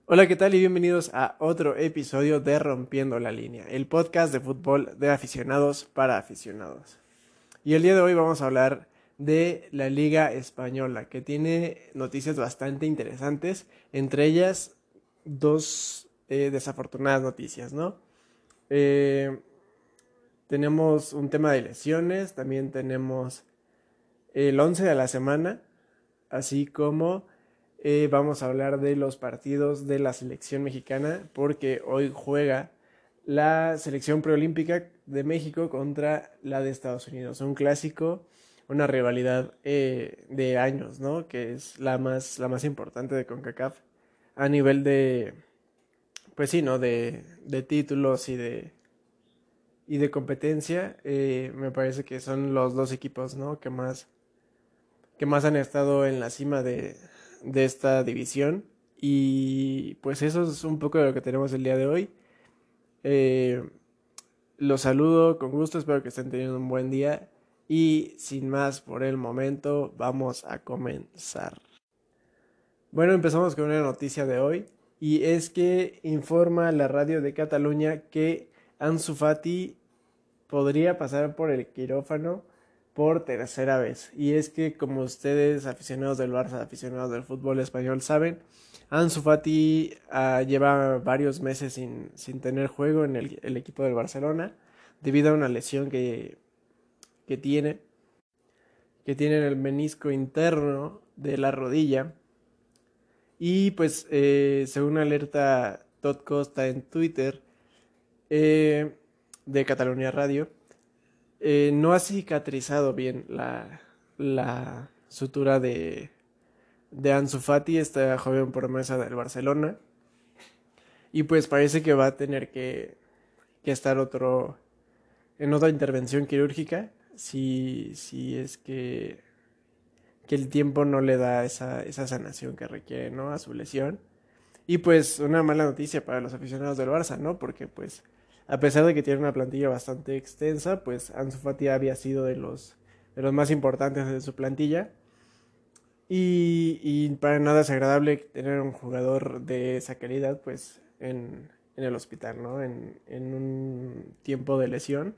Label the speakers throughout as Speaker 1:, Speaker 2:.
Speaker 1: Hola, ¿qué tal? Y bienvenidos a otro episodio de Rompiendo la Línea, el podcast de fútbol de aficionados para aficionados. Y el día de hoy vamos a hablar de la Liga Española, que tiene noticias bastante interesantes, entre ellas dos desafortunadas noticias, ¿no? Eh, Tenemos un tema de lesiones, también tenemos el 11 de la semana, así como vamos a hablar de los partidos de la selección mexicana, porque hoy juega la selección preolímpica de México contra la de Estados Unidos. Un clásico, una rivalidad de años, ¿no? Que es la más importante de CONCACAF a nivel de, pues sí, ¿no? De títulos y de competencia. Me parece que son los dos equipos, ¿no? Que más han estado en la cima de esta división. Y pues eso es un poco de lo que tenemos el día de hoy. Eh, los saludo con gusto, espero que estén teniendo un buen día. Y sin más por el momento, vamos a comenzar. Bueno, empezamos con una noticia de hoy. Y es que informa la radio de Cataluña que Ansu Fati podría pasar por el quirófano por tercera vez. Y es que, como ustedes, aficionados del Barça, aficionados del fútbol español, saben, Ansu Fati lleva varios meses sin tener juego en el equipo del Barcelona debido a una lesión que tiene, que tiene en el menisco interno de la rodilla. Y pues, según alerta Todd Costa en Twitter, eh, de Cataluña Radio, no ha cicatrizado bien la sutura de Ansu Fati, esta joven promesa del Barcelona. Y pues parece que va a tener que estar en otra intervención quirúrgica si es que el tiempo no le da esa sanación que requiere, ¿no? A su lesión. Y pues una mala noticia para los aficionados del Barça, ¿no? Porque pues a pesar de que tiene una plantilla bastante extensa, pues Ansu Fati había sido de los más importantes de su plantilla. Y para nada es agradable tener un jugador de esa calidad pues en el hospital, ¿no? En un tiempo de lesión.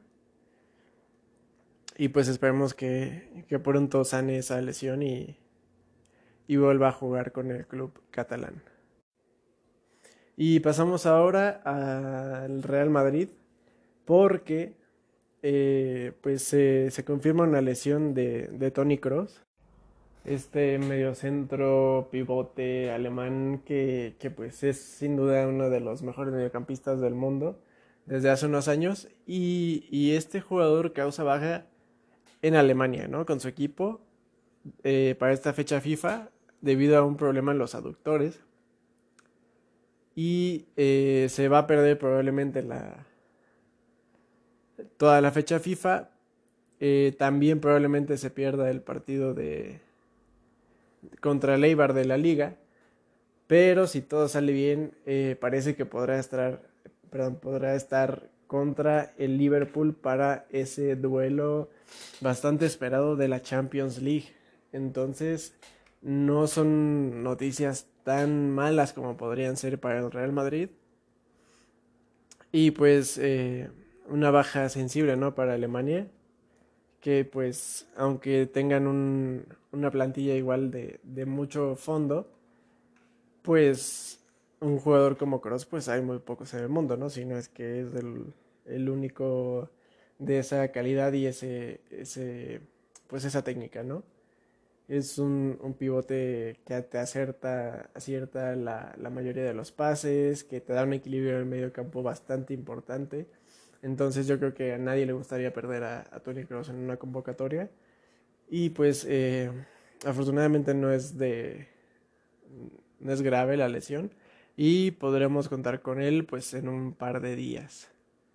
Speaker 1: Y pues esperemos que pronto sane esa lesión y vuelva a jugar con el club catalán. Y pasamos ahora al Real Madrid porque pues se confirma una lesión de Toni Kroos, este mediocentro pivote alemán que pues es sin duda uno de los mejores mediocampistas del mundo desde hace unos años y este jugador causa baja en Alemania, ¿no? Con su equipo para esta fecha FIFA debido a un problema en los aductores y se va a perder probablemente toda la fecha FIFA. También probablemente se pierda el partido contra el Eibar de la Liga. Pero si todo sale bien, parece que podrá estar contra el Liverpool para ese duelo bastante esperado de la Champions League. Entonces, no son noticias tan malas como podrían ser para el Real Madrid. Y pues una baja sensible, ¿no? Para Alemania, que pues aunque tengan una plantilla igual de mucho fondo, pues un jugador como Kroos pues hay muy pocos en el mundo, ¿no? Si no es que es el único de esa calidad y pues esa técnica, ¿no? Es un pivote que te acierta la mayoría de los pases, que te da un equilibrio en el medio campo bastante importante. Entonces yo creo que a nadie le gustaría perder a Toni Kroos en una convocatoria. Y pues afortunadamente no es grave la lesión y podremos contar con él pues en un par de días.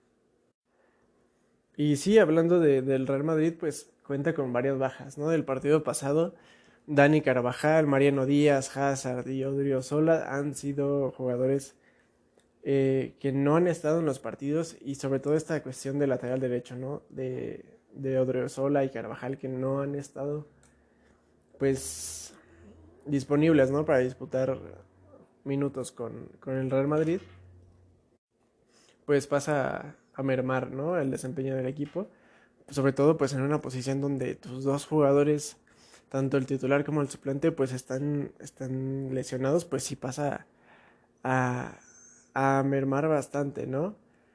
Speaker 1: Y sí, hablando del Real Madrid, pues cuenta con varias bajas, ¿no? Del partido pasado, Dani Carvajal, Mariano Díaz, Hazard y Odriozola han sido jugadores que no han estado en los partidos y sobre todo esta cuestión del lateral derecho, ¿no? De Odriozola y Carvajal que no han estado pues disponibles, ¿no? Para disputar minutos con el Real Madrid, pues pasa a mermar, ¿no? El desempeño del equipo. Sobre todo pues en una posición donde tus dos jugadores, tanto el titular como el suplente, pues están lesionados, pues sí pasa a, a mermar bastante, ¿no?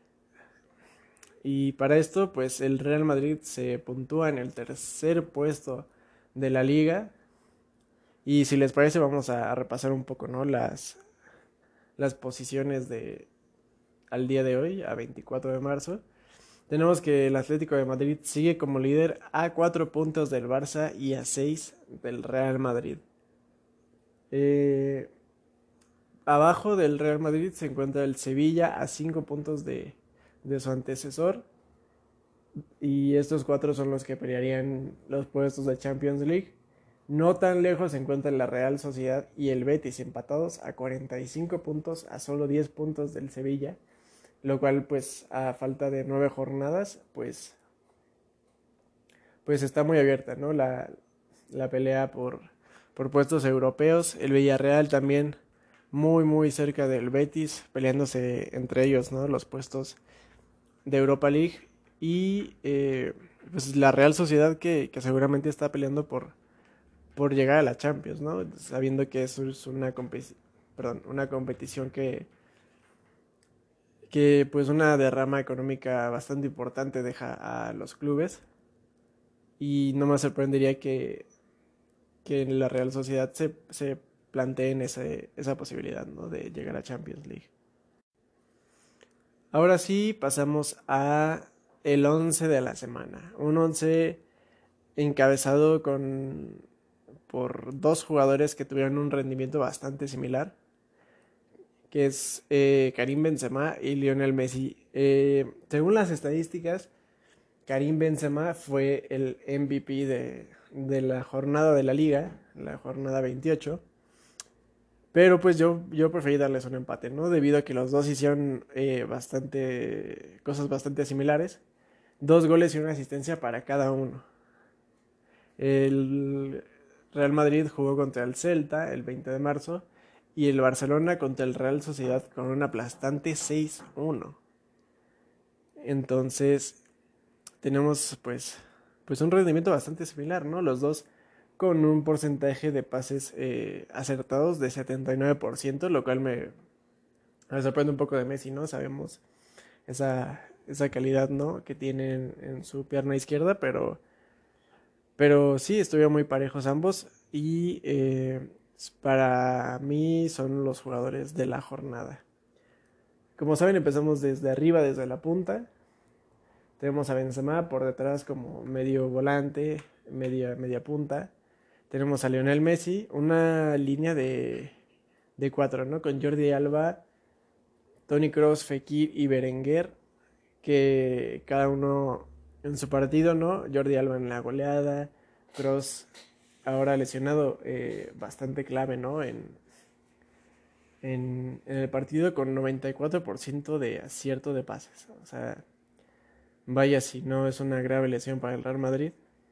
Speaker 1: Y para esto, pues el Real Madrid se puntúa en el tercer puesto de la liga. Y si les parece, vamos a repasar un poco, ¿no? Las posiciones al día de hoy, a 24 de marzo. Tenemos que el Atlético de Madrid sigue como líder a 4 puntos del Barça y a 6 del Real Madrid. Eh, Abajo del Real Madrid se encuentra el Sevilla a 5 puntos de su antecesor. Y estos cuatro son los que pelearían los puestos de Champions League. No tan lejos se encuentran la Real Sociedad y el Betis empatados a 45 puntos, a solo 10 puntos del Sevilla. Lo cual pues a falta de 9 jornadas pues está muy abierta, ¿no? La pelea por puestos europeos. El Villarreal también muy cerca del Betis, peleándose entre ellos, ¿no? Los puestos de Europa League. Y pues la Real Sociedad que seguramente está peleando por llegar a la Champions, ¿no? Sabiendo que eso es una competición que pues una derrama económica bastante importante deja a los clubes. Y no me sorprendería que en la Real Sociedad se planteen esa posibilidad, ¿no? De llegar a Champions League. Ahora sí, pasamos a el 11 de la semana. Un 11 encabezado por dos jugadores que tuvieron un rendimiento bastante similar, que es Karim Benzema y Lionel Messi. Según las estadísticas, Karim Benzema fue el MVP de la jornada de la liga, la jornada 28. Pero pues yo preferí darles un empate, ¿no? Debido a que los dos hicieron cosas bastante similares. 2 goles y una asistencia para cada uno. El Real Madrid jugó contra el Celta el 20 de marzo y el Barcelona contra el Real Sociedad con un aplastante 6-1. Entonces tenemos pues un rendimiento bastante similar, ¿no? Los dos con un porcentaje de pases acertados de 79%, lo cual me sorprende un poco de Messi, ¿no? Sabemos esa calidad, ¿no? Que tiene en su pierna izquierda, pero sí, estuvieron muy parejos ambos y para mí son los jugadores de la jornada. Como saben, empezamos desde arriba, desde la punta. Tenemos a Benzema por detrás como medio volante, media punta. Tenemos a Lionel Messi, una línea de cuatro, ¿no? Con Jordi Alba, Toni Kroos, Fekir y Berenguer, que cada uno en su partido, ¿no? Jordi Alba en la goleada, Kroos ahora lesionado, bastante clave, ¿no? En el partido con 94% de acierto de pases. O sea, vaya si no es una grave lesión para el Real Madrid.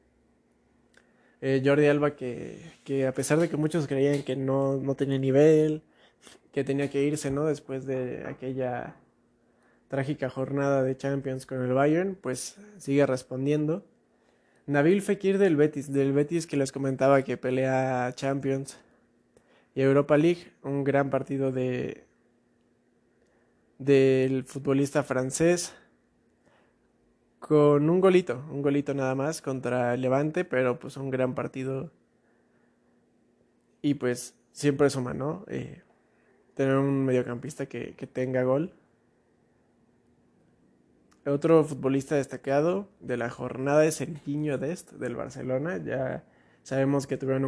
Speaker 1: Jordi Alba que a pesar de que muchos creían que no tenía nivel, que tenía que irse, ¿no? Después de aquella trágica jornada de Champions con el Bayern, pues sigue respondiendo. Nabil Fekir del Betis que les comentaba que pelea Champions y Europa League, un gran partido del futbolista francés con un golito nada más contra el Levante, pero pues un gran partido y pues siempre suma, ¿no? Tener un mediocampista que tenga gol. Otro futbolista destacado de la jornada es Serginho Dest del Barcelona. Ya sabemos que tuvieron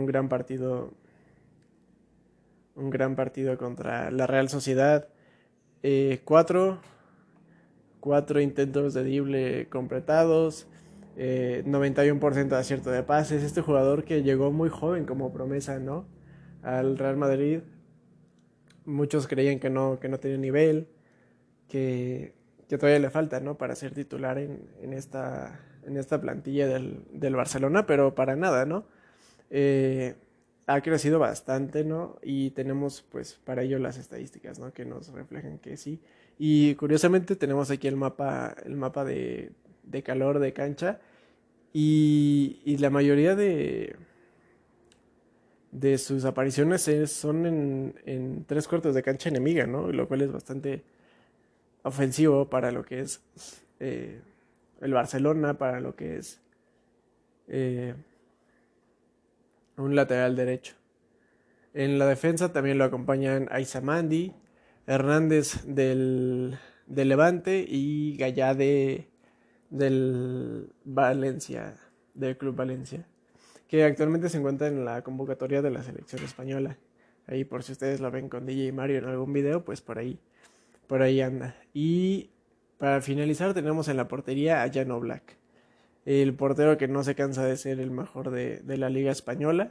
Speaker 1: un gran partido contra la Real Sociedad. Cuatro intentos de drible completados, 91% de acierto de pases. Este jugador que llegó muy joven como promesa, ¿no? Al Real Madrid. Muchos creían que no tenía nivel, que todavía le falta, ¿no? Para ser titular en esta plantilla del Barcelona, pero para nada, ¿no? ha crecido bastante, ¿no? Y tenemos pues para ello las estadísticas, ¿no? Que nos reflejan que sí. Y curiosamente tenemos aquí el mapa de calor de cancha y la mayoría de sus apariciones son en tres cuartos de cancha enemiga, ¿no? Lo cual es bastante ofensivo para lo que es eh, el Barcelona, para lo que es eh, un lateral derecho. En la defensa también lo acompañan Aizamandi, Hernández del Levante y Gallá del Valencia, del Club Valencia, que actualmente se encuentra en la convocatoria de la selección española. Ahí por si ustedes lo ven con DJ Mario en algún video, pues por ahí anda. Y para finalizar tenemos en la portería a Jan Oblak, el portero que no se cansa de ser el mejor de la liga española.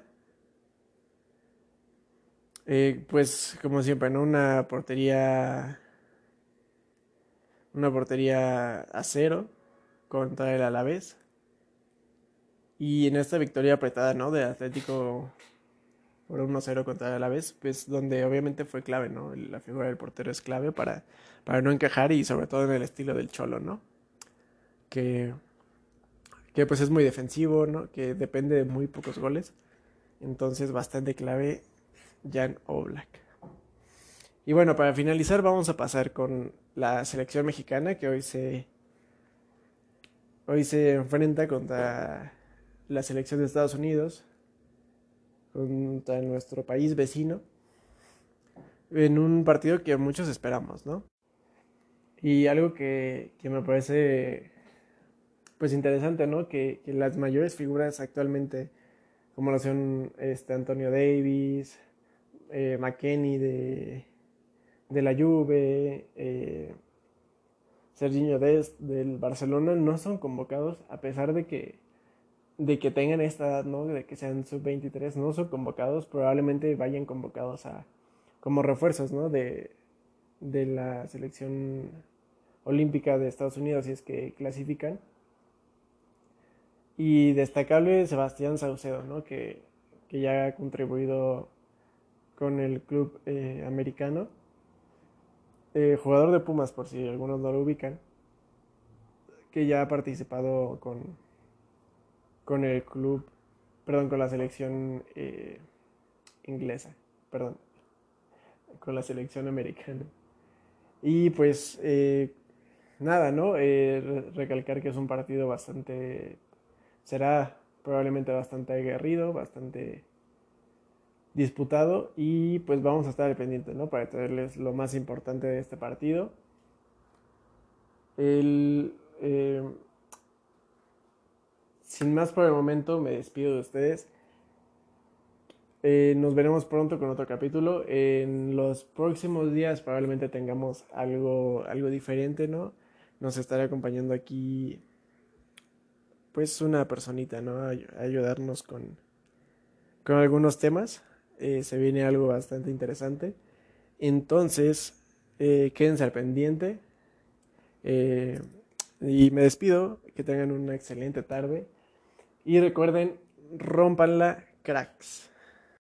Speaker 1: Pues como siempre, ¿no? Una portería a cero contra el Alavés. Y en esta victoria apretada, ¿no? De Atlético por 1-0 contra el Alavés, pues donde obviamente fue clave, ¿no? La figura del portero es clave para no encajar y sobre todo en el estilo del Cholo, ¿no? Que, que pues es muy defensivo, ¿no? Que depende de muy pocos goles. Entonces bastante clave Jan Oblak. Y bueno, para finalizar vamos a pasar con la selección mexicana que hoy se enfrenta contra la selección de Estados Unidos, contra nuestro país vecino, en un partido que muchos esperamos, ¿no? Y algo que me parece pues interesante, ¿no? Que las mayores figuras actualmente, como lo son Antonio Davis, McKennie de la Juve, Serginho Dest del Barcelona, no son convocados a pesar de que tengan esta edad, ¿no? De que sean sub-23, no son convocados, probablemente vayan convocados como refuerzos, ¿no? De la selección olímpica de Estados Unidos, si es que clasifican. Y destacable Sebastián Saucedo, ¿no? Que ya ha contribuido con el club americano. Jugador de Pumas, por si algunos no lo ubican, que ya ha participado con el club, perdón, con la selección inglesa, perdón, con la selección americana. Y pues nada, ¿no? Recalcar que es un partido será probablemente bastante aguerrido, bastante disputado y pues vamos a estar al pendiente, ¿no? Para traerles lo más importante de este partido. El, eh, Sin más por el momento, me despido de ustedes. Nos veremos pronto con otro capítulo. En los próximos días probablemente tengamos algo diferente, ¿no? Nos estará acompañando aquí, pues, una personita, ¿no? A ayudarnos con algunos temas. Se viene algo bastante interesante. Entonces, quédense al pendiente. Eh, y me despido. Que tengan una excelente tarde. Y recuerden, rompanla, cracks.